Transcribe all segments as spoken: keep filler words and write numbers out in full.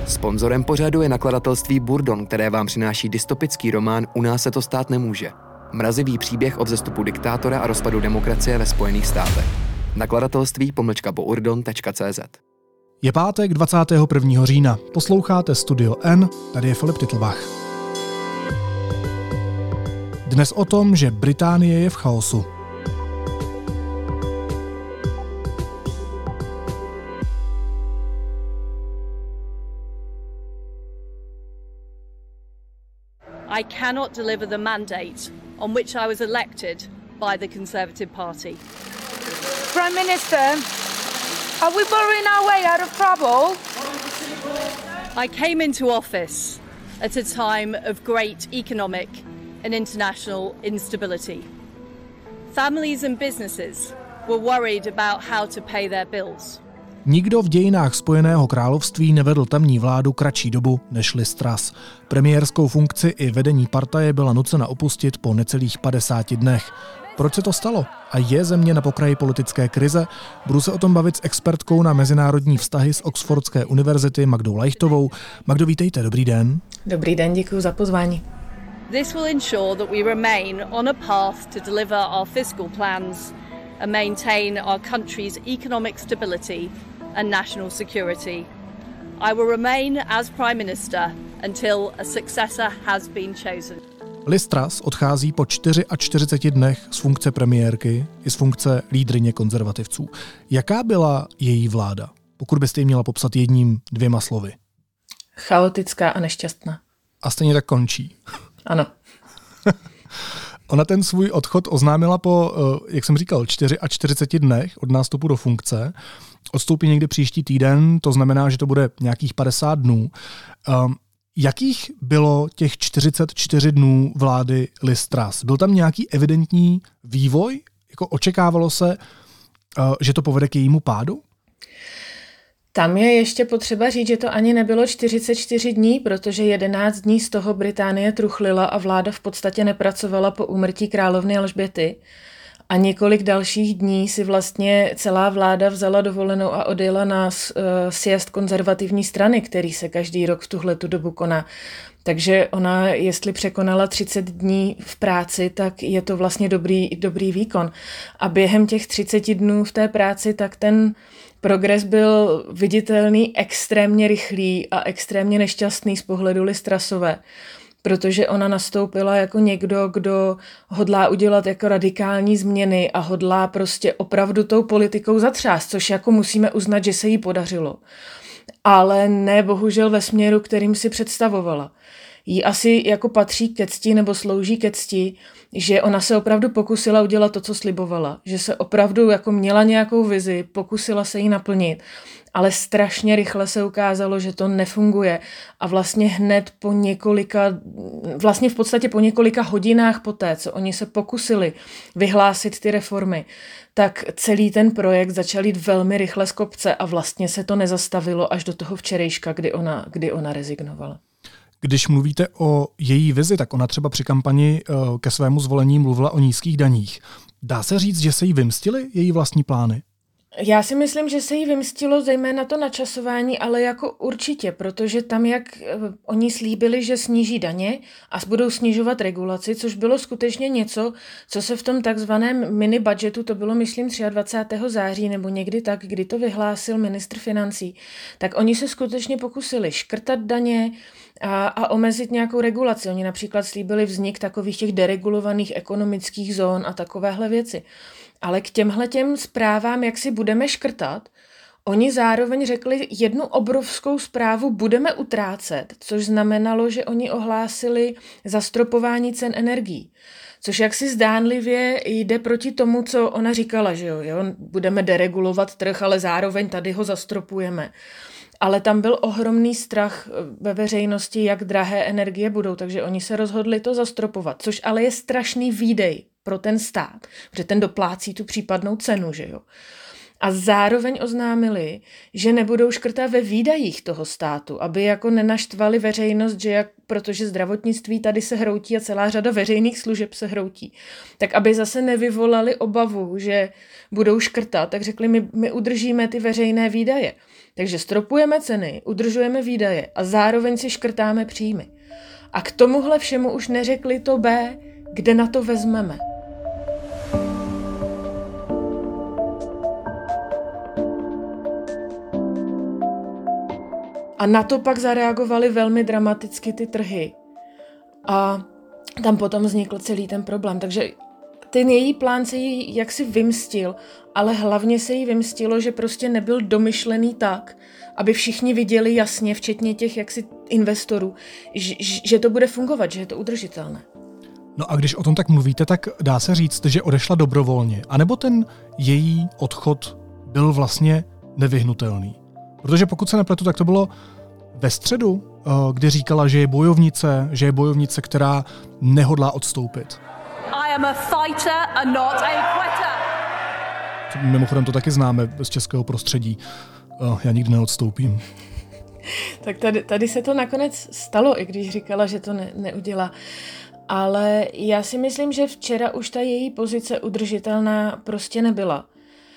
Sponzorem pořadu je nakladatelství Burdon, které vám přináší dystopický román U nás se to stát nemůže. Mrazivý příběh o vzestupu diktátora a rozpadu demokracie ve Spojených státech. Nakladatelství pomlčka bourdon tečka cé zet. Je pátek dvacátého prvního října. Posloucháte Studio N, tady je Filip Titlbach. Dnes o tom, že Británie je v chaosu. I cannot deliver the mandate on which I was elected by the Conservative Party. Prime Minister, are we burrowing our way out of trouble? I came into office at a time of great economic and international instability. Families and businesses were worried about how to pay their bills. Nikdo v dějinách Spojeného království nevedl tamní vládu kratší dobu než Liz Truss. Premiérskou funkci i vedení partaje byla nucena opustit po necelých padesáti dnech. Proč se to stalo? A je země na pokraji politické krize? Budu se o tom bavit s expertkou na mezinárodní vztahy z Oxfordské univerzity Magdou Leichtovou. Magdo, vítejte, dobrý den. Dobrý den, děkuji za pozvání. This will ensure that we remain on a path to deliver our fiscal plans and maintain our country's economic stability and national security. I will remain as Prime Minister until a successor has been chosen. Liz Truss odchází po čtyřiceti čtyřech dnech z funkce premiérky i z funkce lídryně konzervativců. Jaká byla její vláda, pokud byste ji měla popsat jedním, dvěma slovy? Chaotická a nešťastná. A stejně tak končí. Ano. Ona ten svůj odchod oznámila po, jak jsem říkal, čtyřiceti čtyřech dnech od nástupu do funkce. Odstoupí někdy příští týden, to znamená, že to bude nějakých padesát dnů. Um, jakých bylo těch čtyřicet čtyři dnů vlády Liz Truss? Byl tam nějaký evidentní vývoj? Jako očekávalo se, uh, že to povede k jejímu pádu? Tam je ještě potřeba říct, že to ani nebylo čtyřicet čtyři dní, protože jedenáct dní z toho Británie truchlila a vláda v podstatě nepracovala po úmrtí královny Alžběty. A několik dalších dní si vlastně celá vláda vzala dovolenou a odjela na uh, sjezd konzervativní strany, který se každý rok v tuhletu dobu koná. Takže ona, jestli překonala třicet dní v práci, tak je to vlastně dobrý, dobrý výkon. A během těch třiceti dnů v té práci, tak ten progres byl viditelný, extrémně rychlý a extrémně nešťastný z pohledu Liz Trussové. Protože ona nastoupila jako někdo, kdo hodlá udělat jako radikální změny a hodlá prostě opravdu tou politikou zatřást, což jako musíme uznat, že se jí podařilo. Ale ne bohužel ve směru, kterým si představovala. Jí asi jako patří ke cti nebo slouží ke cti, že ona se opravdu pokusila udělat to, co slibovala. Že se opravdu jako měla nějakou vizi, pokusila se jí naplnit, ale strašně rychle se ukázalo, že to nefunguje a vlastně hned po několika, vlastně v podstatě po několika hodinách poté, co oni se pokusili vyhlásit ty reformy, tak celý ten projekt začal jít velmi rychle z kopce a vlastně se to nezastavilo až do toho včerejška, kdy ona, kdy ona rezignovala. Když mluvíte o její vizi, tak ona třeba při kampani ke svému zvolení mluvila o nízkých daních. Dá se říct, že se jí vymstily její vlastní plány? Já si myslím, že se jí vymstilo zejména to načasování, ale jako určitě, protože tam, jak oni slíbili, že sníží daně a budou snižovat regulaci, což bylo skutečně něco, co se v tom takzvaném mini budgetu, to bylo myslím dvacátého třetího září nebo někdy tak, kdy to vyhlásil ministr financí, tak oni se skutečně pokusili škrtat daně a, a omezit nějakou regulaci. Oni například slíbili vznik takových těch deregulovaných ekonomických zón a takovéhle věci. Ale k těmhletěm zprávám, jak si budeme škrtat, oni zároveň řekli jednu obrovskou zprávu budeme utrácet, což znamenalo, že oni ohlásili zastropování cen energií. Což jaksi zdánlivě jde proti tomu, co ona říkala, že jo, jo, budeme deregulovat trh, ale zároveň tady ho zastropujeme. Ale tam byl ohromný strach ve veřejnosti, jak drahé energie budou, takže oni se rozhodli to zastropovat, což ale je strašný výdej pro ten stát, protože ten doplácí tu případnou cenu, že jo. A zároveň oznámili, že nebudou škrtat ve výdajích toho státu, aby jako nenaštvali veřejnost, že jak, protože zdravotnictví tady se hroutí a celá řada veřejných služeb se hroutí, tak aby zase nevyvolali obavu, že budou škrtat, tak řekli, my, my udržíme ty veřejné výdaje. Takže stropujeme ceny, udržujeme výdaje a zároveň si škrtáme příjmy. A k tomuhle všemu už neřekli to B, kde na to vezmeme. A na to pak zareagovaly velmi dramaticky ty trhy. A tam potom vznikl celý ten problém. Takže ten její plán se jí jaksi vymstil, ale hlavně se jí vymstilo, že prostě nebyl domyšlený tak, aby všichni viděli jasně, včetně těch jaksi investorů, že, že to bude fungovat, že je to udržitelné. No a když o tom tak mluvíte, tak dá se říct, že odešla dobrovolně, anebo ten její odchod byl vlastně nevyhnutelný? Protože pokud se nepletu, tak to bylo ve středu, kdy říkala, že je bojovnice, že je bojovnice, která nehodlá odstoupit. I am a fighter and not a quitter. Mimochodem to taky známe z českého prostředí. Já nikdy neodstoupím. Tak tady, tady se to nakonec stalo, i když říkala, že to ne, neudělá. Ale já si myslím, že včera už ta její pozice udržitelná prostě nebyla.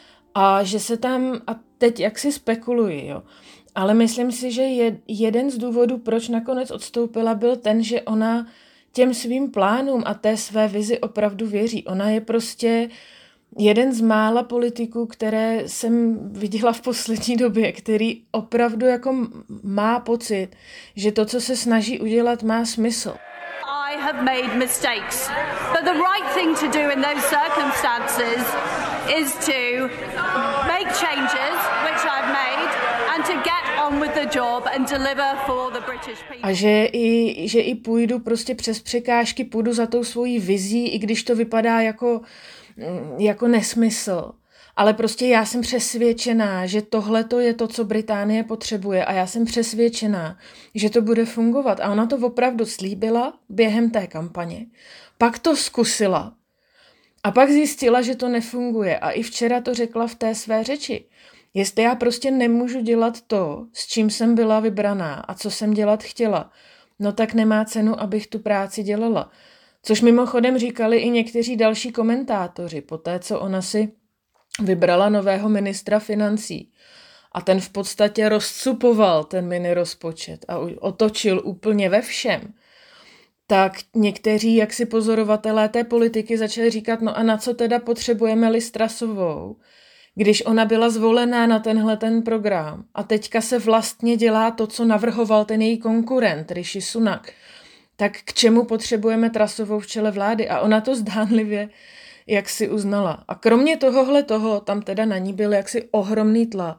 A že se tam, a teď jak si spekuluji, jo, ale myslím si, že je, jeden z důvodů, proč nakonec odstoupila, byl ten, že ona těm svým plánům a té své vizi opravdu věří. Ona je prostě jeden z mála politiků, které jsem viděla v poslední době, který opravdu jako má pocit, že to, co se snaží udělat, má smysl. I have made mistakes, but the right thing to do in those circumstances is to make changes, which I've made, and to get on with the job and deliver for the British people. A že i, že i půjdu prostě přes překážky, půjdu za tou svojí vizí, i když to vypadá jako, jako nesmysl. Ale prostě já jsem přesvědčená, že tohle to je to, co Británie potřebuje a já jsem přesvědčená, že to bude fungovat. A ona to opravdu slíbila během té kampaně. Pak to zkusila a pak zjistila, že to nefunguje. A i včera to řekla v té své řeči. Jestli já prostě nemůžu dělat to, s čím jsem byla vybraná a co jsem dělat chtěla, no tak nemá cenu, abych tu práci dělala. Což mimochodem říkali i někteří další komentátoři, po té, co ona si vybrala nového ministra financí. A ten v podstatě rozcupoval ten mini rozpočet a otočil úplně ve všem. Tak někteří jaksi pozorovatelé té politiky začali říkat, no a na co teda potřebujeme Liz Trussovou, když ona byla zvolená na tenhle ten program a teďka se vlastně dělá to, co navrhoval ten její konkurent Rishi Sunak. Tak k čemu potřebujeme Trussovou v čele vlády? A ona to zdánlivě jak si uznala. A kromě tohohle toho, tam teda na ní byl jaksi ohromný tlak.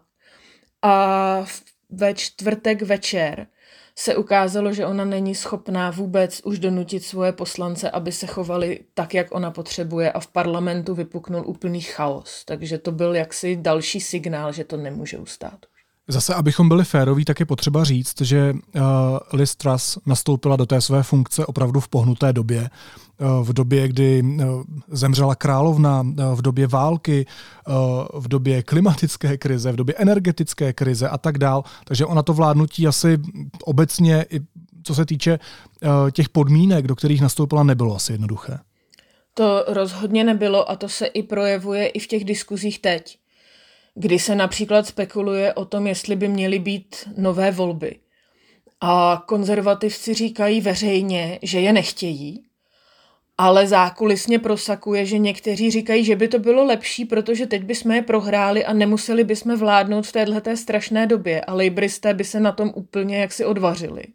A ve čtvrtek večer se ukázalo, že ona není schopná vůbec už donutit svoje poslance, aby se chovali tak, jak ona potřebuje, a v parlamentu vypuknul úplný chaos. Takže to byl jaksi další signál, že to nemůže ustát. Zase, abychom byli féroví, tak je potřeba říct, že uh, Liz Truss nastoupila do té své funkce opravdu v pohnuté době. Uh, v době, kdy uh, zemřela královna, uh, v době války, uh, v době klimatické krize, v době energetické krize a tak dál. Takže ona to vládnutí asi obecně, i co se týče uh, těch podmínek, do kterých nastoupila, nebylo asi jednoduché. To rozhodně nebylo a to se i projevuje i v těch diskuzích teď, kdy se například spekuluje o tom, jestli by měly být nové volby. A konzervativci říkají veřejně, že je nechtějí, ale zákulisně prosakuje, že někteří říkají, že by to bylo lepší, protože teď bychom je prohráli a nemuseli bychom vládnout v téhleté strašné době a lejbristé by se na tom úplně jaksi odvařili.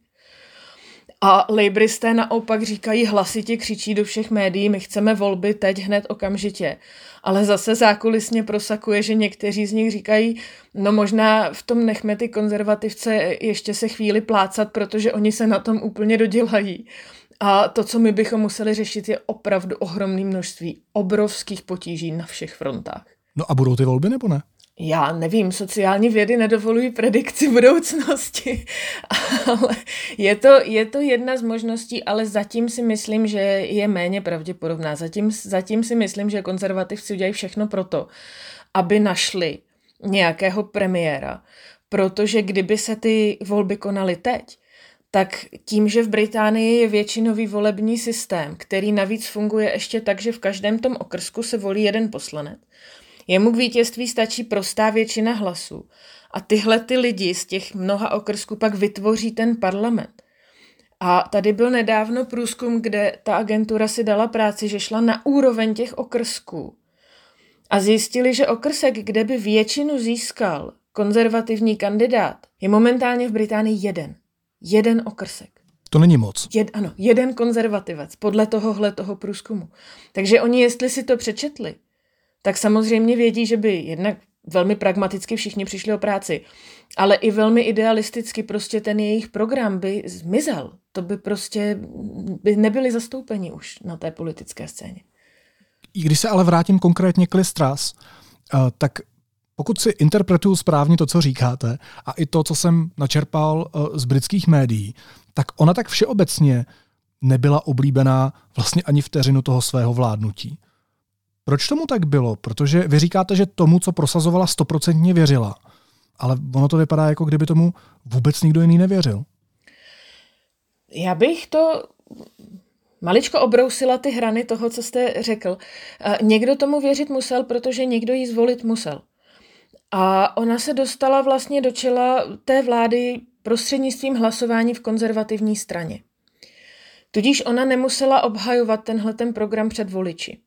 A lejbristé naopak říkají, hlasitě křičí do všech médií, my chceme volby teď hned okamžitě. Ale zase zákulisně prosakuje, že někteří z nich říkají, no možná v tom nechme ty konzervativce ještě se chvíli plácat, protože oni se na tom úplně dodělají. A to, co my bychom museli řešit, je opravdu ohromné množství obrovských potíží na všech frontách. No a budou ty volby nebo ne? Já nevím, sociální vědy nedovolují predikci budoucnosti, ale je to, je to jedna z možností, ale zatím si myslím, že je méně pravděpodobná. Zatím, zatím si myslím, že konzervativci udělají všechno proto, aby našli nějakého premiéra, protože kdyby se ty volby konaly teď, tak tím, že v Británii je většinový volební systém, který navíc funguje ještě tak, že v každém tom okrsku se volí jeden poslanec, jemu k vítězství stačí prostá většina hlasů. A tyhle ty lidi z těch mnoha okrsků pak vytvoří ten parlament. A tady byl nedávno průzkum, kde ta agentura si dala práci, že šla na úroveň těch okrsků. A zjistili, že okrsek, kde by většinu získal konzervativní kandidát, je momentálně v Británii jeden. Jeden okrsek. To není moc. Jed, ano, jeden konzervativec, podle tohohle toho průzkumu. Takže oni, jestli si to přečetli, tak samozřejmě vědí, že by jednak velmi pragmaticky všichni přišli o práci, ale i velmi idealisticky prostě ten jejich program by zmizel. To by prostě by nebyli zastoupeni už na té politické scéně. I když se ale vrátím konkrétně k Liz Truss, tak pokud si interpretuju správně to, co říkáte, a i to, co jsem načerpal z britských médií, tak ona tak všeobecně nebyla oblíbená vlastně ani vteřinu toho svého vládnutí. Proč tomu tak bylo? Protože vy říkáte, že tomu, co prosazovala, stoprocentně věřila. Ale ono to vypadá, jako kdyby tomu vůbec nikdo jiný nevěřil. Já bych to maličko obrousila ty hrany toho, co jste řekl. Někdo tomu věřit musel, protože někdo ji zvolit musel. A ona se dostala vlastně do čela té vlády prostřednictvím hlasování v konzervativní straně. Tudíž ona nemusela obhajovat tenhle ten program před voliči.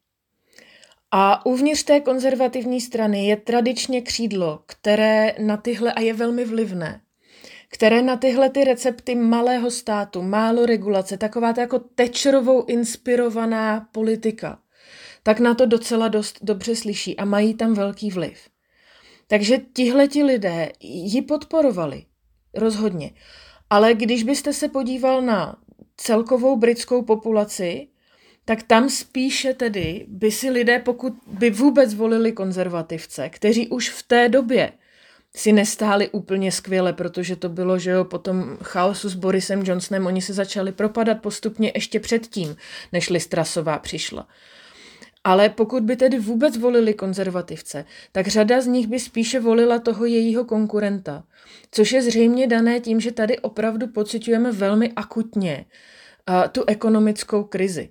A uvnitř té konzervativní strany je tradičně křídlo, které na tyhle, a je velmi vlivné, které na tyhle ty recepty malého státu, málo regulace, taková ta jako Thatcherovou inspirovaná politika, tak na to docela dost dobře slyší a mají tam velký vliv. Takže tihleti lidé ji podporovali, rozhodně. Ale když byste se podíval na celkovou britskou populaci, tak tam spíše tedy by si lidé, pokud by vůbec volili konzervativce, kteří už v té době si nestáli úplně skvěle, protože to bylo, že jo, po tom chaosu s Borisem Johnsonem, oni se začali propadat postupně ještě předtím, než Liz Trussová přišla. Ale pokud by tedy vůbec volili konzervativce, tak řada z nich by spíše volila toho jejího konkurenta, což je zřejmě dané tím, že tady opravdu pociťujeme velmi akutně uh, tu ekonomickou krizi.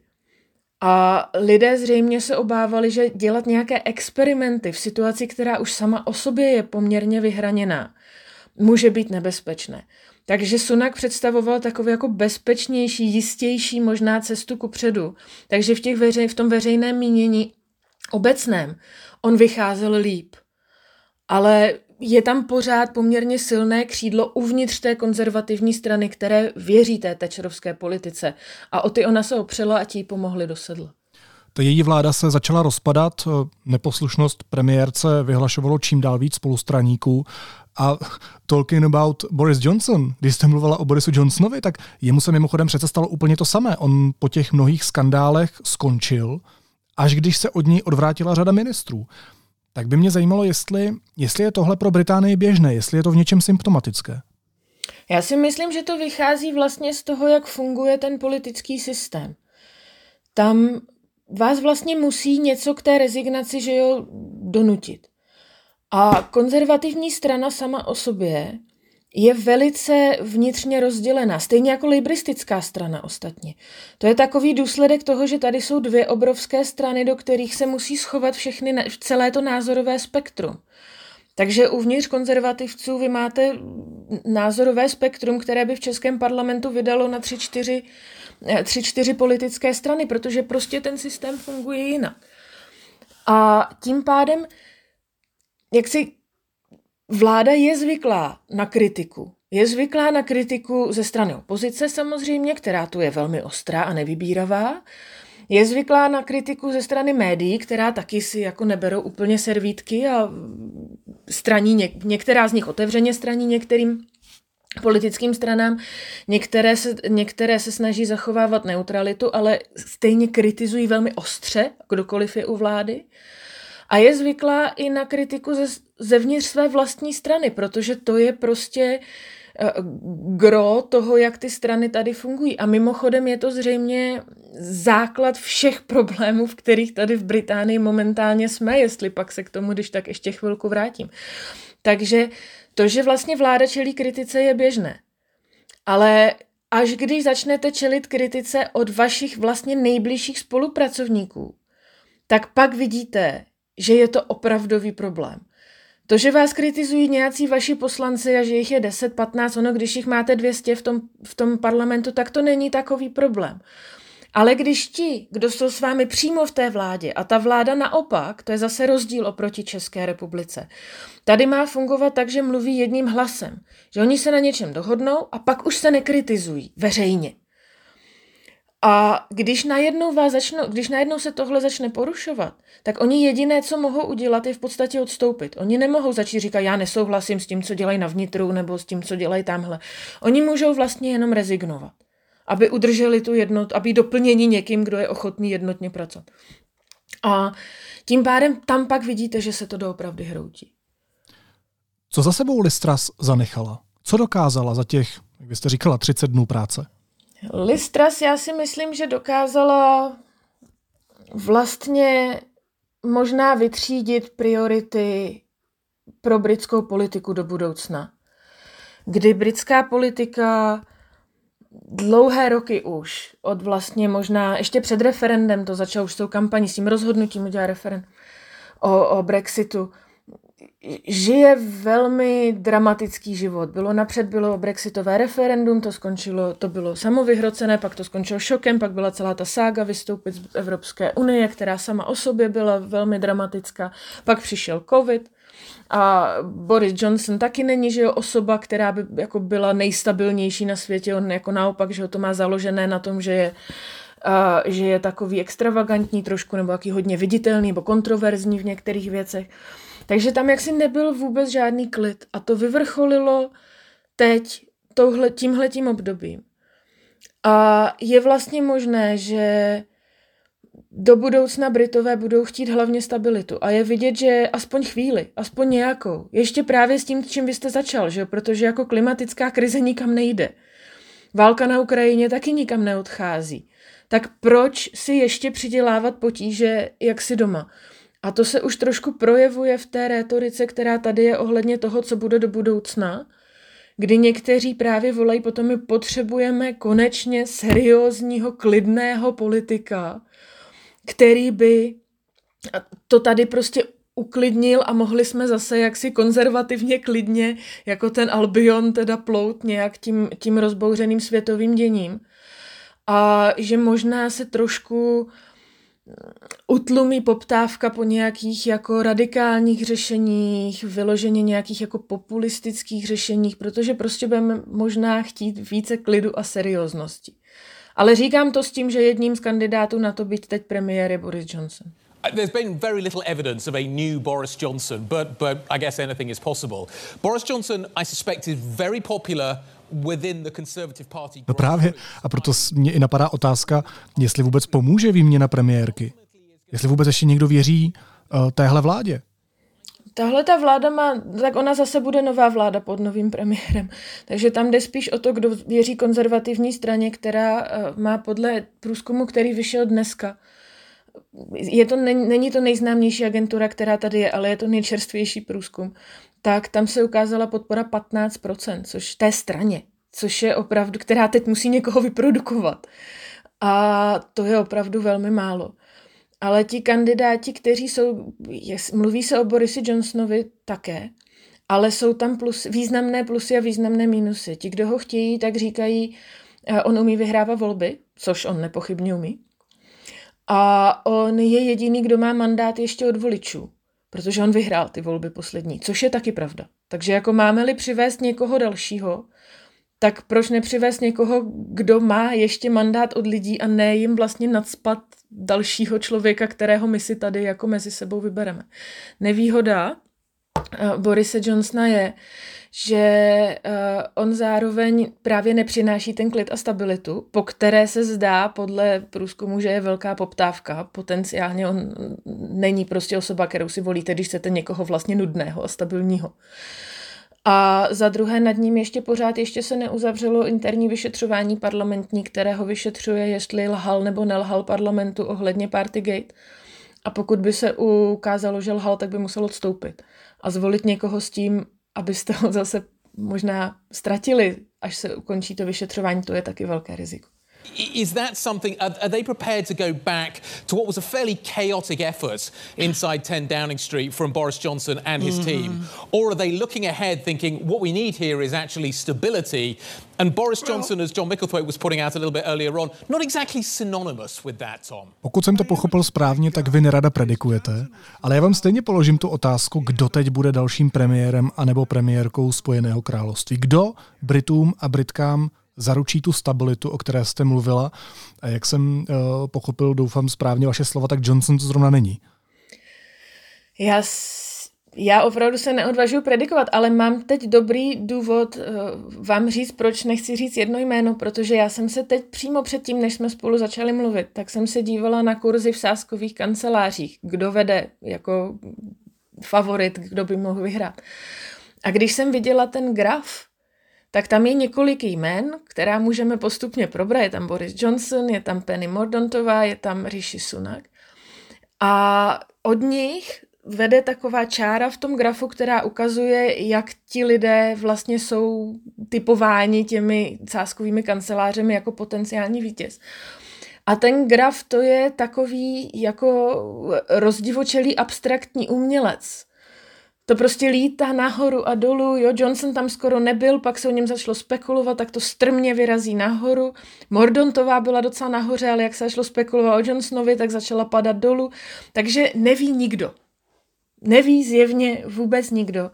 A lidé zřejmě se obávali, že dělat nějaké experimenty v situaci, která už sama o sobě je poměrně vyhraněná, může být nebezpečné. Takže Sunak představoval takovou jako bezpečnější, jistější možná cestu kupředu. Takže v, těch veřej, v tom veřejném mínění obecném on vycházel líp. Ale je tam pořád poměrně silné křídlo uvnitř té konzervativní strany, které věří té thatcherovské politice. A o ty ona se opřela a ti jí pomohli do sedla. Ta její vláda se začala rozpadat, neposlušnost premiérce vyhlašovalo čím dál víc spolustraníků. A talking about Boris Johnson, když jste mluvila o Borisu Johnsonovi, tak jemu se mimochodem přece stalo úplně to samé. On po těch mnohých skandálech skončil, až když se od něj odvrátila řada ministrů. Tak by mě zajímalo, jestli, jestli je tohle pro Británii běžné, jestli je to v něčem symptomatické. Já si myslím, že to vychází vlastně z toho, jak funguje ten politický systém. Tam vás vlastně musí něco k té rezignaci, že jo, donutit. A konzervativní strana sama o sobě je velice vnitřně rozdělená, stejně jako lejbristická strana ostatně. To je takový důsledek toho, že tady jsou dvě obrovské strany, do kterých se musí schovat všechny, celé to názorové spektrum. Takže uvnitř konzervativců vy máte názorové spektrum, které by v českém parlamentu vydalo na tři, čtyři, tři, čtyři politické strany, protože prostě ten systém funguje jinak. A tím pádem jak si vláda je zvyklá na kritiku. Je zvyklá na kritiku ze strany opozice samozřejmě, která tu je velmi ostrá a nevybíravá. Je zvyklá na kritiku ze strany médií, která taky si jako neberou úplně servítky a straní něk- některá z nich otevřeně straní některým politickým stranám, některé se, některé se snaží zachovávat neutralitu, ale stejně kritizují velmi ostře, kdokoliv je u vlády. A je zvyklá i na kritiku ze, zevnitř své vlastní strany, protože to je prostě gro toho, jak ty strany tady fungují. A mimochodem je to zřejmě základ všech problémů, v kterých tady v Británii momentálně jsme, jestli pak se k tomu, když tak ještě chvilku vrátím. Takže to, že vlastně vláda čelí kritice, je běžné. Ale až když začnete čelit kritice od vašich vlastně nejbližších spolupracovníků, tak pak vidíte, že je to opravdový problém. To, že vás kritizují nějací vaši poslanci a že jich je deset, patnáct, ono, když jich máte dvě stě v tom, v tom parlamentu, tak to není takový problém. Ale když ti, kdo jsou s vámi přímo v té vládě a ta vláda naopak, to je zase rozdíl oproti České republice, tady má fungovat tak, že mluví jedním hlasem, že oni se na něčem dohodnou a pak už se nekritizují veřejně. A když najednou, vás začnou, když najednou se tohle začne porušovat, tak oni jediné, co mohou udělat, je v podstatě odstoupit. Oni nemohou začít říkat, já nesouhlasím s tím, co dělají na vnitru, nebo s tím, co dělají tamhle. Oni můžou vlastně jenom rezignovat, aby udrželi tu jednotu, aby doplnění někým, kdo je ochotný jednotně pracovat. A tím pádem tam pak vidíte, že se to doopravdy hroutí. Co za sebou Liz Truss zanechala? Co dokázala za těch, jak byste říkala, třicet dnů práce? Liz Truss, já si myslím, že dokázala vlastně možná vytřídit priority pro britskou politiku do budoucna. Kdy britská politika dlouhé roky už, od vlastně možná ještě před referendem, to začalo už s tou kampaní, s tím rozhodnutím udělat referendum o, o Brexitu, žije velmi dramatický život. Bylo napřed bylo brexitové referendum, to skončilo, to bylo samovyhrocené, pak to skončilo šokem, pak byla celá ta sága vystoupit z Evropské unie, která sama o sobě byla velmi dramatická. Pak přišel covid a Boris Johnson taky není, že jo, osoba, která by jako byla nejstabilnější na světě, on jako naopak, že ho to má založené na tom, že je a, že je takový extravagantní trošku, nebo jaký hodně viditelný, nebo kontroverzní v některých věcech. Takže tam jaksi nebyl vůbec žádný klid. A to vyvrcholilo teď touhle, tímhletím obdobím. A je vlastně možné, že do budoucna Britové budou chtít hlavně stabilitu. A je vidět, že aspoň chvíli, aspoň nějakou. Ještě právě s tím, čím vy jste začal, že? Protože jako klimatická krize nikam nejde. Válka na Ukrajině taky nikam neodchází. Tak proč si ještě přidělávat potíže, jak si doma? A to se už trošku projevuje v té rétorice, která tady je ohledně toho, co bude do budoucna, kdy někteří právě volají potom, my potřebujeme konečně seriózního, klidného politika, který by to tady prostě uklidnil a mohli jsme zase jaksi konzervativně klidně, jako ten Albion, teda plout nějak tím, tím rozbouřeným světovým děním. A že možná se trošku utlumí poptávka po nějakých jako radikálních řešeních, vyloženě nějakých jako populistických řešeních, protože prostě budeme možná chtít více klidu a serióznosti. Ale říkám to s tím, že jedním z kandidátů na to být teď premiér je Boris Johnson. There's been very little evidence of a new Boris Johnson, but, but I guess anything is possible. Boris Johnson, I suspect, is very popular within the Conservative Party. No právě, a proto mě i napadá otázka, jestli vůbec pomůže výměna premiérky. Jestli vůbec ještě někdo věří uh, téhle vládě. Tahle ta vláda má, tak ona zase bude nová vláda pod novým premiérem. Takže tam jde spíš o to, kdo věří konzervativní straně, která uh, má podle průzkumu, který vyšel dneska. Je to, není, není to nejznámější agentura, která tady je, ale je to nejčerstvější průzkum. Tak tam se ukázala podpora patnáct procent, což té straně, což je opravdu, která teď musí někoho vyprodukovat. A to je opravdu velmi málo. Ale ti kandidáti, kteří jsou, je, mluví se o Borisi Johnsonovi také, ale jsou tam plus, významné plusy a významné mínusy. Ti, kdo ho chtějí, tak říkají, on umí vyhrávat volby, což on nepochybně umí. A on je jediný, kdo má mandát ještě od voličů, protože on vyhrál ty volby poslední, což je taky pravda. Takže jako máme-li přivést někoho dalšího, tak proč nepřivést někoho, kdo má ještě mandát od lidí a ne jim vlastně nacpat dalšího člověka, kterého my si tady jako mezi sebou vybereme. Nevýhoda uh, Borise Johnsona je, že uh, on zároveň právě nepřináší ten klid a stabilitu, po které se zdá podle průzkumu, že je velká poptávka. Potenciálně on není prostě osoba, kterou si volíte, když chcete někoho vlastně nudného a stabilního. A za druhé nad ním ještě pořád ještě se neuzavřelo interní vyšetřování parlamentní, kterého vyšetřuje, jestli lhal nebo nelhal parlamentu ohledně Partygate. A pokud by se ukázalo, že lhal, tak by musel odstoupit. A zvolit někoho s tím, abyste ho zase možná ztratili, až se ukončí to vyšetřování, to je taky velké riziko. Is that something, are, are they prepared to go back to what was a fairly chaotic effort inside ten Downing Street from Boris Johnson and his mm-hmm. team? Or are they looking ahead thinking what we need here is actually stability? And Boris Johnson, as John Micklethwaite was putting out a little bit earlier on, not exactly synonymous with that, Tom. Pokud jsem to pochopil správně, tak vy nerada predikujete, ale já vám stejně položím tu otázku, kdo teď bude dalším premiérem anebo premiérkou Spojeného království. Kdo Britům a Britkám zaručí tu stabilitu, o které jste mluvila? A jak jsem uh, pochopil, doufám správně vaše slova, tak Johnson to zrovna není. Já, já opravdu se neodvažuji predikovat, ale mám teď dobrý důvod uh, vám říct, proč nechci říct jedno jméno, protože já jsem se teď přímo předtím, než jsme spolu začali mluvit, tak jsem se dívala na kurzy v sázkových kancelářích, kdo vede jako favorit, kdo by mohl vyhrát. A když jsem viděla ten graf, tak tam je několik jmen, která můžeme postupně probrat. Je tam Boris Johnson, je tam Penny Mordauntová, je tam Rishi Sunak. A od nich vede taková čára v tom grafu, která ukazuje, jak ti lidé vlastně jsou typováni těmi sázkovými kancelářemi jako potenciální vítěz. A ten graf to je takový jako rozdivočelý abstraktní umělec. To prostě lítá nahoru a dolů, jo, Johnson tam skoro nebyl, pak se o něm začalo spekulovat, tak to strmě vyrazí nahoru. Mordauntová byla docela nahoře, ale jak se začalo spekulovat o Johnsonovi, tak začala padat dolů. Takže neví nikdo. Neví zjevně vůbec nikdo.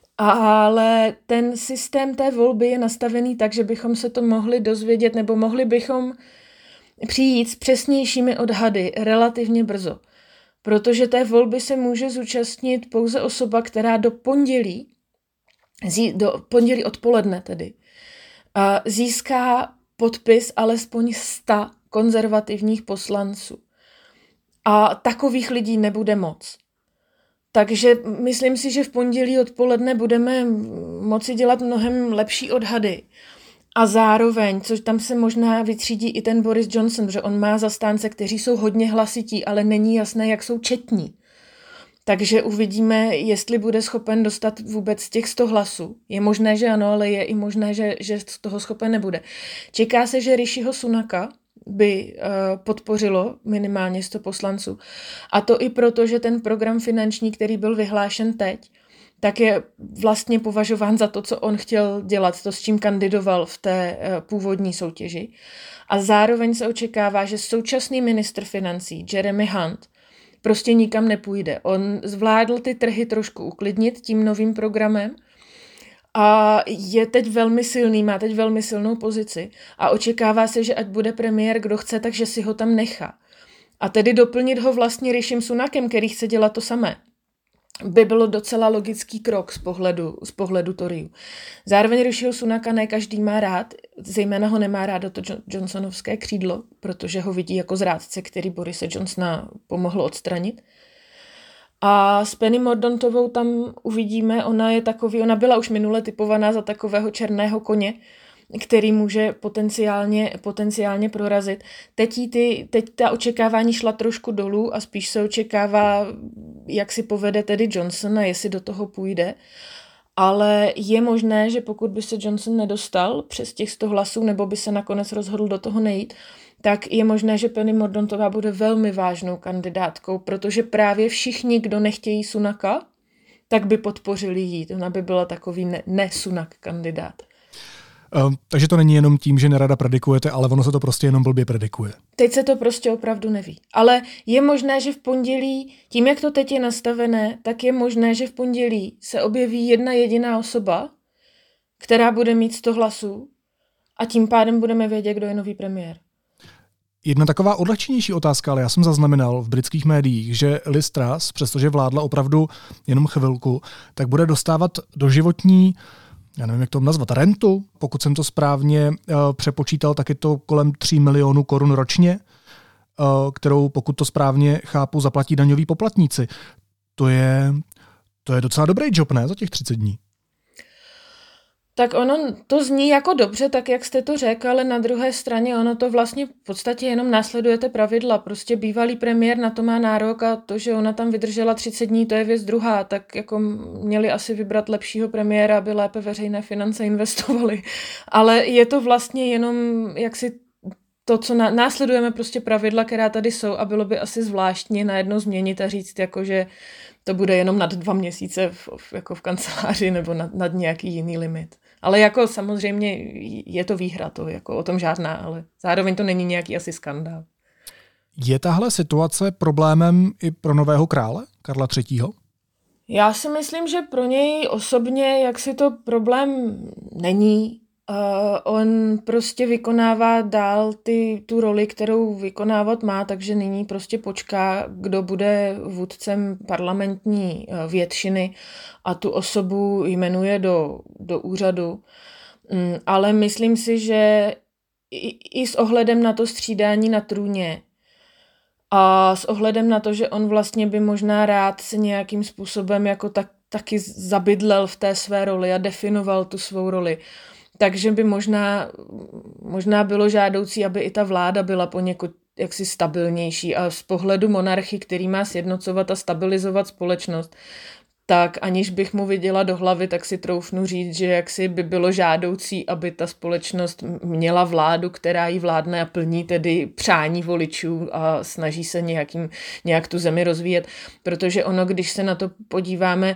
Ale ten systém té volby je nastavený tak, že bychom se to mohli dozvědět, nebo mohli bychom přijít s přesnějšími odhady relativně brzo. Protože té volby se může zúčastnit pouze osoba, která do pondělí, do pondělí odpoledne tedy, získá podpis alespoň sta konzervativních poslanců. A takových lidí nebude moc. Takže myslím si, že v pondělí odpoledne budeme moci dělat mnohem lepší odhady. A zároveň, což tam se možná vytřídí i ten Boris Johnson, že on má zastánce, kteří jsou hodně hlasití, ale není jasné, jak jsou četní. Takže uvidíme, jestli bude schopen dostat vůbec těch sto hlasů. Je možné, že ano, ale je i možné, že, že z toho schopen nebude. Čeká se, že Rishiho Sunaka by uh, podpořilo minimálně sto poslanců. A to i proto, že ten program finanční, který byl vyhlášen teď, tak je vlastně považován za to, co on chtěl dělat, to, s čím kandidoval v té uh, původní soutěži. A zároveň se očekává, že současný ministr financí Jeremy Hunt prostě nikam nepůjde. On zvládl ty trhy trošku uklidnit tím novým programem a je teď velmi silný, má teď velmi silnou pozici a očekává se, že ať bude premiér, kdo chce, takže si ho tam nechá. A tedy doplnit ho vlastně Rishim Sunakem, který chce dělat to samé, by bylo docela logický krok z pohledu, z pohledu Toryů. Zároveň Rishiho Sunaka ne každý má rád, zejména ho nemá rád to Johnsonovské křídlo, protože ho vidí jako zrádce, který Borise Johnsona pomohl odstranit. A s Penny Mordauntowou tam uvidíme, ona je takový, ona byla už minule typovaná za takového černého koně, který může potenciálně, potenciálně prorazit. Teď, ty, teď ta očekávání šla trošku dolů a spíš se očekává, jak si povede tedy Johnson a jestli do toho půjde. Ale je možné, že pokud by se Johnson nedostal přes těch sto hlasů nebo by se nakonec rozhodl do toho nejít, tak je možné, že Penny Mordauntowá bude velmi vážnou kandidátkou, protože právě všichni, kdo nechtějí Sunaka, tak by podpořili jí. Ona by byla takový ne- ne-Sunak kandidát. Um, takže to není jenom tím, že nerada predikujete, ale ono se to prostě jenom blbě predikuje. Teď se to prostě opravdu neví. Ale je možné, že v pondělí, tím jak to teď je nastavené, tak je možné, že v pondělí se objeví jedna jediná osoba, která bude mít sto hlasů a tím pádem budeme vědět, kdo je nový premiér. Jedna taková odlehčenější otázka, ale já jsem zaznamenal v britských médiích, že Liz Truss, přestože vládla opravdu jenom chvilku, tak bude dostávat doživotní, já nevím, jak to nazvat, rentu, pokud jsem to správně uh, přepočítal, tak je to kolem tři milionů korun ročně, uh, kterou, pokud to správně chápu, zaplatí daňoví poplatníci. To je, to je docela dobrý job, ne, za těch třicet dní? Tak ono to zní jako dobře, tak jak jste to řekl, ale na druhé straně ono to vlastně v podstatě jenom následujete pravidla. Prostě bývalý premiér na to má nárok a to, že ona tam vydržela třicet dní, to je věc druhá. Tak jako měli asi vybrat lepšího premiéra, aby lépe veřejné finance investovali. Ale je to vlastně jenom jaksi to, co na, následujeme prostě pravidla, která tady jsou a bylo by asi zvláštní najednou změnit a říct, jako, že to bude jenom nad dva měsíce v, jako v kanceláři nebo nad, nad nějaký jiný limit. Ale jako samozřejmě je to výhra, to jako o tom žádná, ale zároveň to není nějaký asi skandál. Je tahle situace problémem i pro nového krále, Karla třetího? Já si myslím, že pro něj osobně jaksi to problém není. Uh, on prostě vykonává dál ty, tu roli, kterou vykonávat má, takže nyní prostě počká, kdo bude vůdcem parlamentní uh, většiny a tu osobu jmenuje do, do úřadu. Um, ale myslím si, že i, i s ohledem na to střídání na trůně a s ohledem na to, že on vlastně by možná rád se nějakým způsobem jako tak, taky zabydlel v té své roli a definoval tu svou roli, takže by možná, možná bylo žádoucí, aby i ta vláda byla poněkud jaksi stabilnější a z pohledu monarchy, který má sjednocovat a stabilizovat společnost, tak aniž bych mu viděla do hlavy, tak si troufnu říct, že jaksi by bylo žádoucí, aby ta společnost měla vládu, která jí vládne a plní tedy přání voličů a snaží se nějakým, nějak tu zemi rozvíjet, protože ono, když se na to podíváme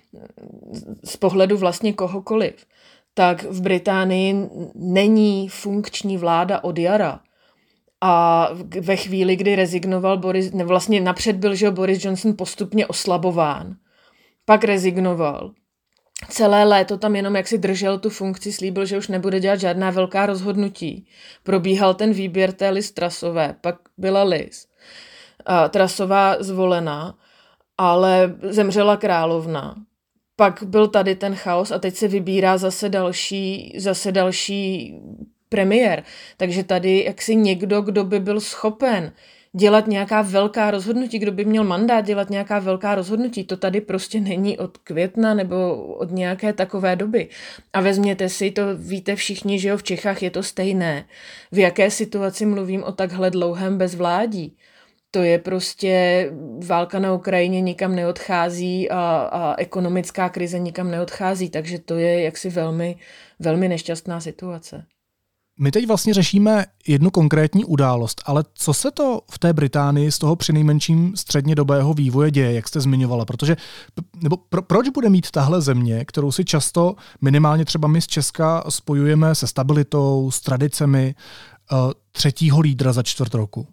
z pohledu vlastně kohokoliv, tak v Británii není funkční vláda od jara. A ve chvíli, kdy rezignoval Boris, ne, vlastně napřed byl, že Boris Johnson postupně oslabován, pak rezignoval. Celé léto tam jenom jak si držel tu funkci, slíbil, že už nebude dělat žádná velká rozhodnutí. Probíhal ten výběr té Liz Trussové, pak byla Liz a Trussová zvolena, ale zemřela královna. Pak byl tady ten chaos a teď se vybírá zase další, zase další premiér. Takže tady jaksi někdo, kdo by byl schopen dělat nějaká velká rozhodnutí, kdo by měl mandát dělat nějaká velká rozhodnutí, to tady prostě není od května nebo od nějaké takové doby. A vezměte si, to víte všichni, že jo, v Čechách je to stejné. V jaké situaci mluvím o takhle dlouhém bezvládí? To je prostě válka na Ukrajině nikam neodchází a, a ekonomická krize nikam neodchází, takže to je jaksi velmi, velmi nešťastná situace. My teď vlastně řešíme jednu konkrétní událost, ale co se to v té Británii z toho přinejmenším střednědobého vývoje děje, jak jste zmiňovala? Protože, nebo pro, proč bude mít tahle země, kterou si často minimálně třeba my z Česka spojujeme se stabilitou, s tradicemi, uh, třetího lídra za čtvrt roku?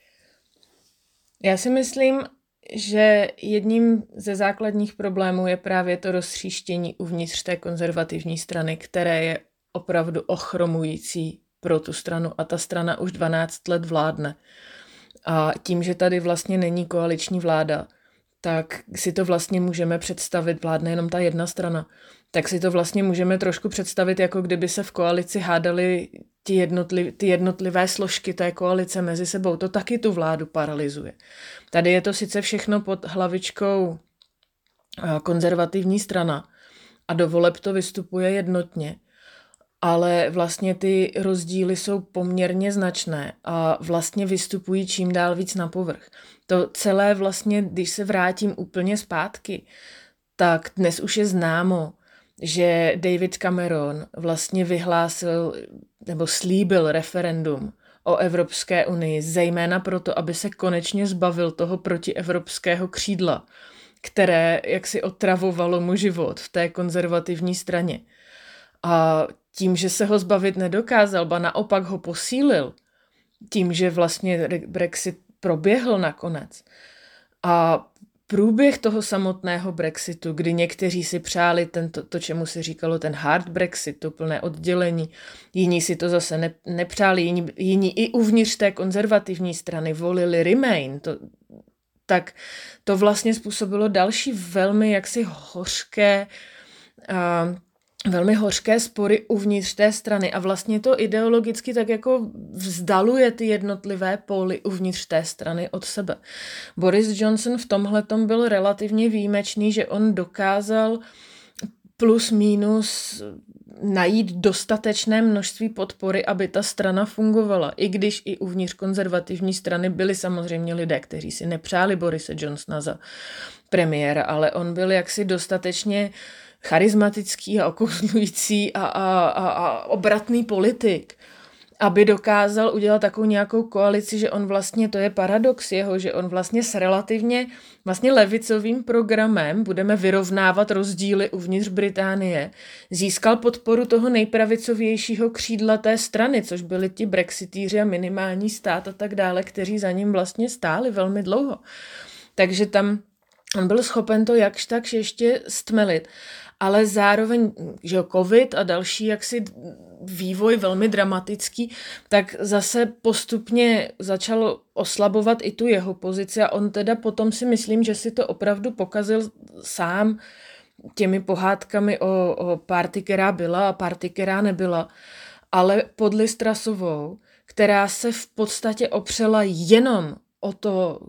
Já si myslím, že jedním ze základních problémů je právě to roztříštění uvnitř té konzervativní strany, které je opravdu ochromující pro tu stranu a ta strana už dvanáct let vládne. A tím, že tady vlastně není koaliční vláda, tak si to vlastně můžeme představit, vládne jenom ta jedna strana, tak si to vlastně můžeme trošku představit, jako kdyby se v koalici hádali ty, jednotliv, ty jednotlivé složky té koalice mezi sebou. To taky tu vládu paralyzuje. Tady je to sice všechno pod hlavičkou konzervativní strana a do voleb to vystupuje jednotně, ale vlastně ty rozdíly jsou poměrně značné a vlastně vystupují čím dál víc na povrch. To celé vlastně, když se vrátím úplně zpátky, tak dnes už je známo, že David Cameron vlastně vyhlásil nebo slíbil referendum o Evropské unii, zejména proto, aby se konečně zbavil toho protievropského křídla, které jaksi otravovalo mu život v té konzervativní straně. A tím, že se ho zbavit nedokázal, ba naopak ho posílil, tím, že vlastně Brexit proběhl nakonec. A průběh toho samotného Brexitu, kdy někteří si přáli tento, to, čemu se říkalo ten hard Brexit, to plné oddělení, jiní si to zase ne, nepřáli, jiní, jiní i uvnitř té konzervativní strany volili Remain, to, tak to vlastně způsobilo další velmi jaksi hořké uh, velmi hořké spory uvnitř té strany a vlastně to ideologicky tak jako vzdaluje ty jednotlivé póly uvnitř té strany od sebe. Boris Johnson v tomhletom byl relativně výjimečný, že on dokázal plus minus najít dostatečné množství podpory, aby ta strana fungovala. I když i uvnitř konzervativní strany byli samozřejmě lidé, kteří si nepřáli Borise Johnsona za premiéra, ale on byl jaksi dostatečně charismatický a okouzlující a, a, a, a obratný politik, aby dokázal udělat takovou nějakou koalici, že on vlastně, to je paradox jeho, že on vlastně s relativně vlastně levicovým programem budeme vyrovnávat rozdíly uvnitř Británie. Získal podporu toho nejpravicovějšího křídla té strany, což byli ti brexitýři a minimální stát a tak dále, kteří za ním vlastně stáli velmi dlouho. Takže tam on byl schopen to jakž tak ještě stmelit. Ale zároveň, že covid a další jaksi vývoj velmi dramatický, tak zase postupně začalo oslabovat i tu jeho pozici a on teda potom si myslím, že si to opravdu pokazil sám těmi pohádkami o, o party, která byla a party, která nebyla, ale pod Liz Trussovou, která se v podstatě opřela jenom o to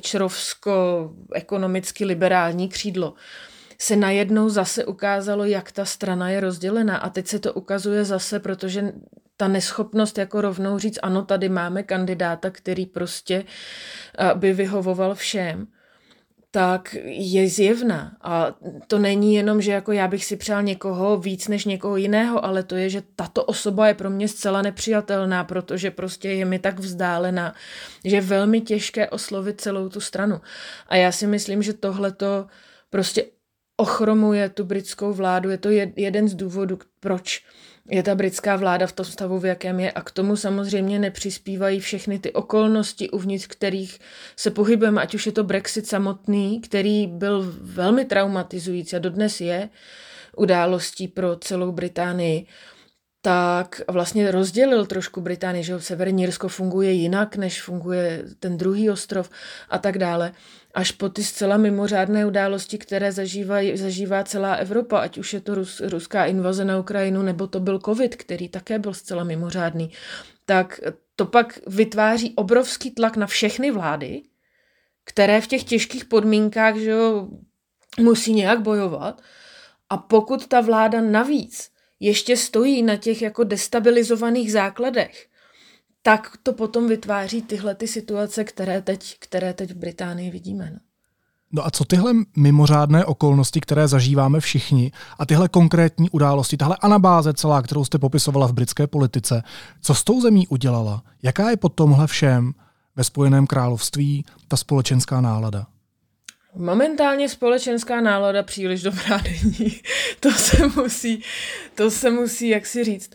thatcherovsko-ekonomicky liberální křídlo, se najednou zase ukázalo, jak ta strana je rozdělená. A teď se to ukazuje zase, protože ta neschopnost jako rovnou říct, ano, tady máme kandidáta, který prostě by vyhovoval všem, tak je zjevná. A to není jenom, že jako já bych si přál někoho víc než někoho jiného, ale to je, že tato osoba je pro mě zcela nepřijatelná, protože prostě je mi tak vzdálená, že je velmi těžké oslovit celou tu stranu. A já si myslím, že tohleto prostě ochromuje tu britskou vládu. Je to jeden z důvodů, proč je ta britská vláda v tom stavu, v jakém je. A k tomu samozřejmě nepřispívají všechny ty okolnosti, uvnitř kterých se pohybujeme, ať už je to Brexit samotný, který byl velmi traumatizující a dodnes je událostí pro celou Británii, tak vlastně rozdělil trošku Británii, že Severní Irsko funguje jinak, než funguje ten druhý ostrov a tak dále. Až po ty zcela mimořádné události, které zažívají, zažívá celá Evropa, ať už je to rus, ruská invaze na Ukrajinu, nebo to byl covid, který také byl zcela mimořádný, tak to pak vytváří obrovský tlak na všechny vlády, které v těch těžkých podmínkách, že jo, musí nějak bojovat. A pokud ta vláda navíc ještě stojí na těch jako destabilizovaných základech, tak to potom vytváří tyhle ty situace, které teď, které teď v Británii vidíme. No. No a co tyhle mimořádné okolnosti, které zažíváme všichni, a tyhle konkrétní události, tahle anabáze celá, kterou jste popisovala v britské politice, co s tou zemí udělala? Jaká je po tomhle všem ve Spojeném království ta společenská nálada? Momentálně společenská nálada příliš dobrá není. To se musí, to se musí jaksi říct.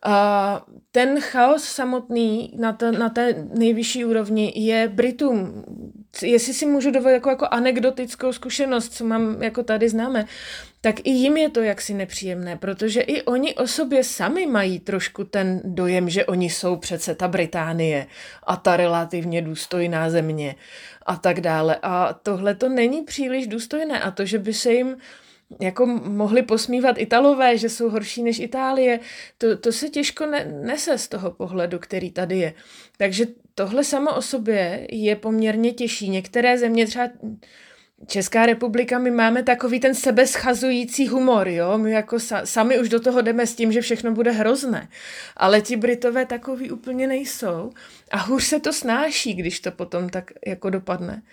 A ten chaos samotný na, ta, na té nejvyšší úrovni je Britům. Jestli si můžu dovolit jako, jako anekdotickou zkušenost, co mám jako tady známe, tak i jim je to jaksi nepříjemné, protože i oni o sobě sami mají trošku ten dojem, že oni jsou přece ta Británie a ta relativně důstojná země a tak dále. A tohle to není příliš důstojné a to, že by se jim jako mohli posmívat Italové, že jsou horší než Itálie, to, to se těžko ne, nese z toho pohledu, který tady je. Takže tohle samo o sobě je poměrně těžší. Některé země, třeba Česká republika, my máme takový ten sebeschazující humor, jo? My jako sa, sami už do toho jdeme s tím, že všechno bude hrozné. Ale ti Britové takový úplně nejsou. A hůř se to snáší, když to potom tak jako dopadne.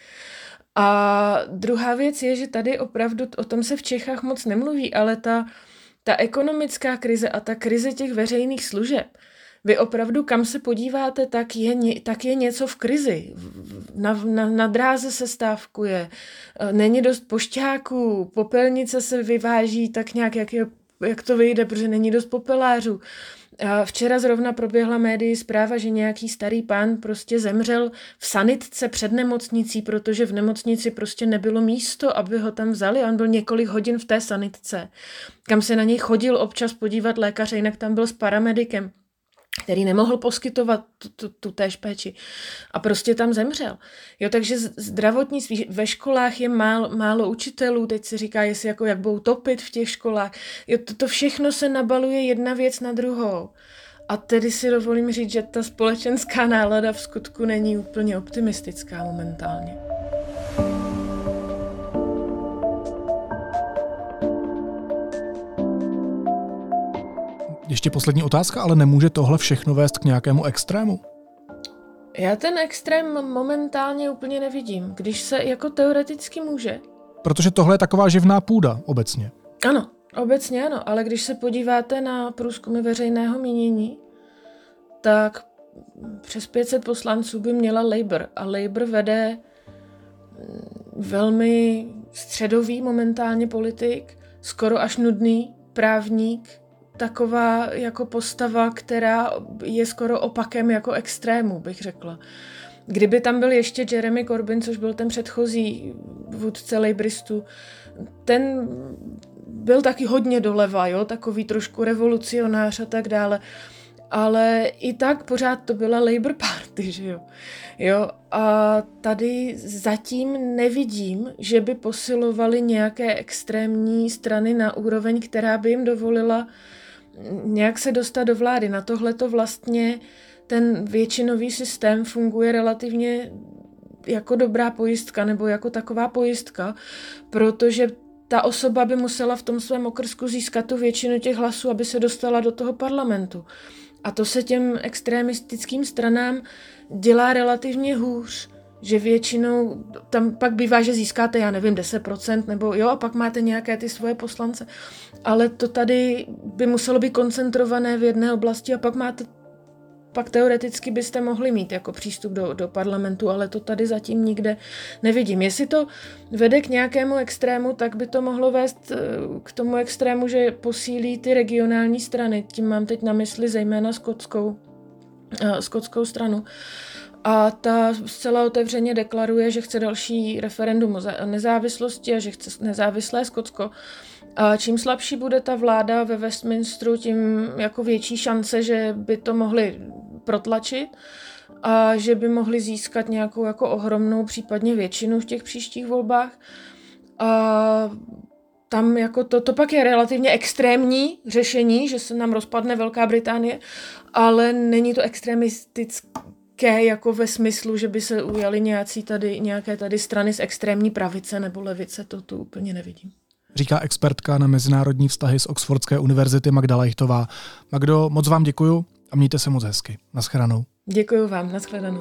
A druhá věc je, že tady opravdu o tom se v Čechách moc nemluví, ale ta, ta ekonomická krize a ta krize těch veřejných služeb, vy opravdu kam se podíváte, tak je, tak je něco v krizi. Na, na, na dráze se stávkuje, není dost pošťáků, popelnice se vyváží tak nějak, jak, je, jak to vyjde, protože není dost popelářů. A včera zrovna proběhla médii zpráva, že nějaký starý pán prostě zemřel v sanitce před nemocnicí, protože v nemocnici prostě nebylo místo, aby ho tam vzali. On byl několik hodin v té sanitce, kam se na něj chodil občas podívat lékaře, jinak tam byl s paramedikem, který nemohl poskytovat tu, tu, tu též péči. A prostě tam zemřel. Jo, takže zdravotnictví ve školách je málo, málo učitelů, teď se říká, jestli jako jak budou topit v těch školách. Jo, to, to všechno se nabaluje jedna věc na druhou. A tedy si dovolím říct, že ta společenská nálada v skutku není úplně optimistická momentálně. Ještě poslední otázka, ale nemůže tohle všechno vést k nějakému extrému? Já ten extrém momentálně úplně nevidím, když se jako teoreticky může. Protože tohle je taková živná půda obecně. Ano, obecně ano, ale když se podíváte na průzkumy veřejného mínění, tak přes pět set poslanců by měla Labour a Labour vede velmi středový momentálně politik, skoro až nudný právník, taková jako postava, která je skoro opakem jako extrému, bych řekla. Kdyby tam byl ještě Jeremy Corbyn, což byl ten předchozí vůdce Labouristů, ten byl taky hodně doleva, jo? Takový trošku revolucionář a tak dále. Ale i tak pořád to byla Labour Party, že jo? jo? A tady zatím nevidím, že by posilovali nějaké extrémní strany na úroveň, která by jim dovolila nějak se dostat do vlády. Na tohle to vlastně ten většinový systém funguje relativně jako dobrá pojistka nebo jako taková pojistka, protože ta osoba by musela v tom svém okrsku získat tu většinu těch hlasů, aby se dostala do toho parlamentu. A to se těm extremistickým stranám dělá relativně hůř, že většinou tam pak bývá, že získáte, já nevím, deset procent, nebo jo, a pak máte nějaké ty svoje poslance. Ale to tady by muselo být koncentrované v jedné oblasti a pak máte, pak teoreticky byste mohli mít jako přístup do, do parlamentu, ale to tady zatím nikde nevidím. Jestli to vede k nějakému extrému, tak by to mohlo vést k tomu extrému, že posílí ty regionální strany. Tím mám teď na mysli zejména skotskou, uh, skotskou stranu. A ta zcela otevřeně deklaruje, že chce další referendum o nezávislosti a že chce nezávislé Skotsko. A čím slabší bude ta vláda ve Westminsteru, tím jako větší šance, že by to mohli protlačit a že by mohli získat nějakou jako ohromnou případně většinu v těch příštích volbách. A tam jako to, to pak je relativně extrémní řešení, že se nám rozpadne Velká Británie, ale není to extremistické jako ve smyslu, že by se ujali nějací tady, nějaké tady strany z extrémní pravice nebo levice, to tu úplně nevidím. Říká expertka na mezinárodní vztahy z Oxfordské univerzity Magda Leichtová. Magdo, moc vám děkuju a mějte se moc hezky. Naschledanou. Děkuju vám, naschledanou.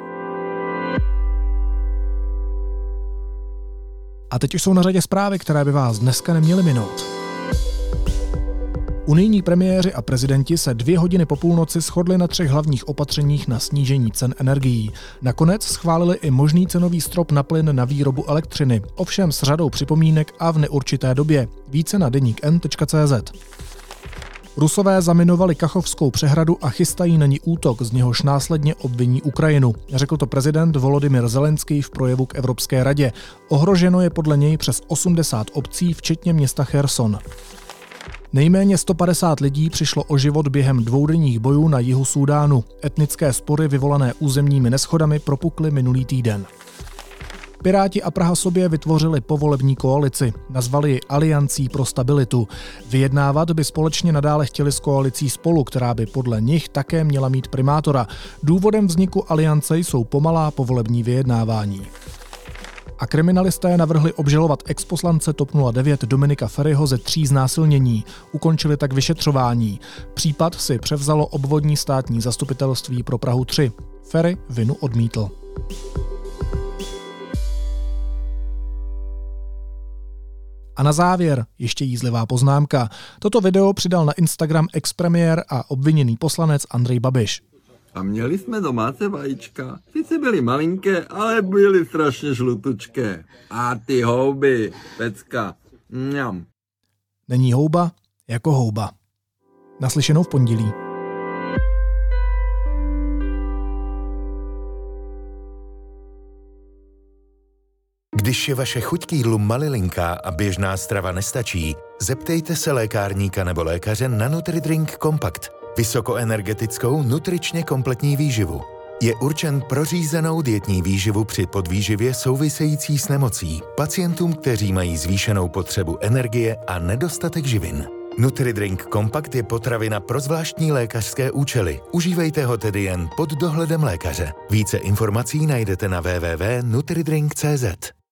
A teď už jsou na řadě zprávy, které by vás dneska neměly minout. Unijní premiéři a prezidenti se dvě hodiny po půlnoci shodli na třech hlavních opatřeních na snížení cen energií. Nakonec schválili i možný cenový strop na plyn na výrobu elektřiny, ovšem s řadou připomínek a v neurčité době. Více na deník n tečka cé zet. Rusové zaminovali Kachovskou přehradu a chystají na ní útok, z něhož následně obviní Ukrajinu. Řekl to prezident Volodymyr Zelenský v projevu k Evropské radě. Ohroženo je podle něj přes osmdesát obcí, včetně města Cherson. Nejméně sto padesát lidí přišlo o život během dvoudenních bojů na jihu Súdánu. Etnické spory vyvolané územními neschodami propukly minulý týden. Piráti a Praha sobě vytvořili povolební koalici. Nazvali ji Aliancí pro stabilitu. Vyjednávat by společně nadále chtěli s koalicí Spolu, která by podle nich také měla mít primátora. Důvodem vzniku aliance jsou pomalá povolební vyjednávání. A kriminalisté navrhli obžalovat exposlance TOP nula devět Dominika Feriho ze tří znásilnění. Ukončili tak vyšetřování. Případ si převzalo obvodní státní zastupitelství pro Prahu tři. Feri vinu odmítl. A na závěr ještě jízlivá poznámka. Toto video přidal na Instagram expremiér a obviněný poslanec Andrej Babiš. A měli jsme domácí vajíčka. Sice byly malinké, ale byly strašně žlutučké. A ty houby, pecka. Mňam. Není houba jako houba. Naslyšenou v pondělí. Když je vaše chuť k jídlu malilinká a běžná strava nestačí, zeptejte se lékárníka nebo lékaře na NutriDrink Compact. Vysokoenergetickou, nutričně kompletní výživu. Je určen pro řízenou dietní výživu při podvýživě související s nemocí, pacientům, kteří mají zvýšenou potřebu energie a nedostatek živin. NutriDrink Compact je potravina pro zvláštní lékařské účely. Užívejte ho tedy jen pod dohledem lékaře. Více informací najdete na w w w tečka nutridrink tečka cé zet.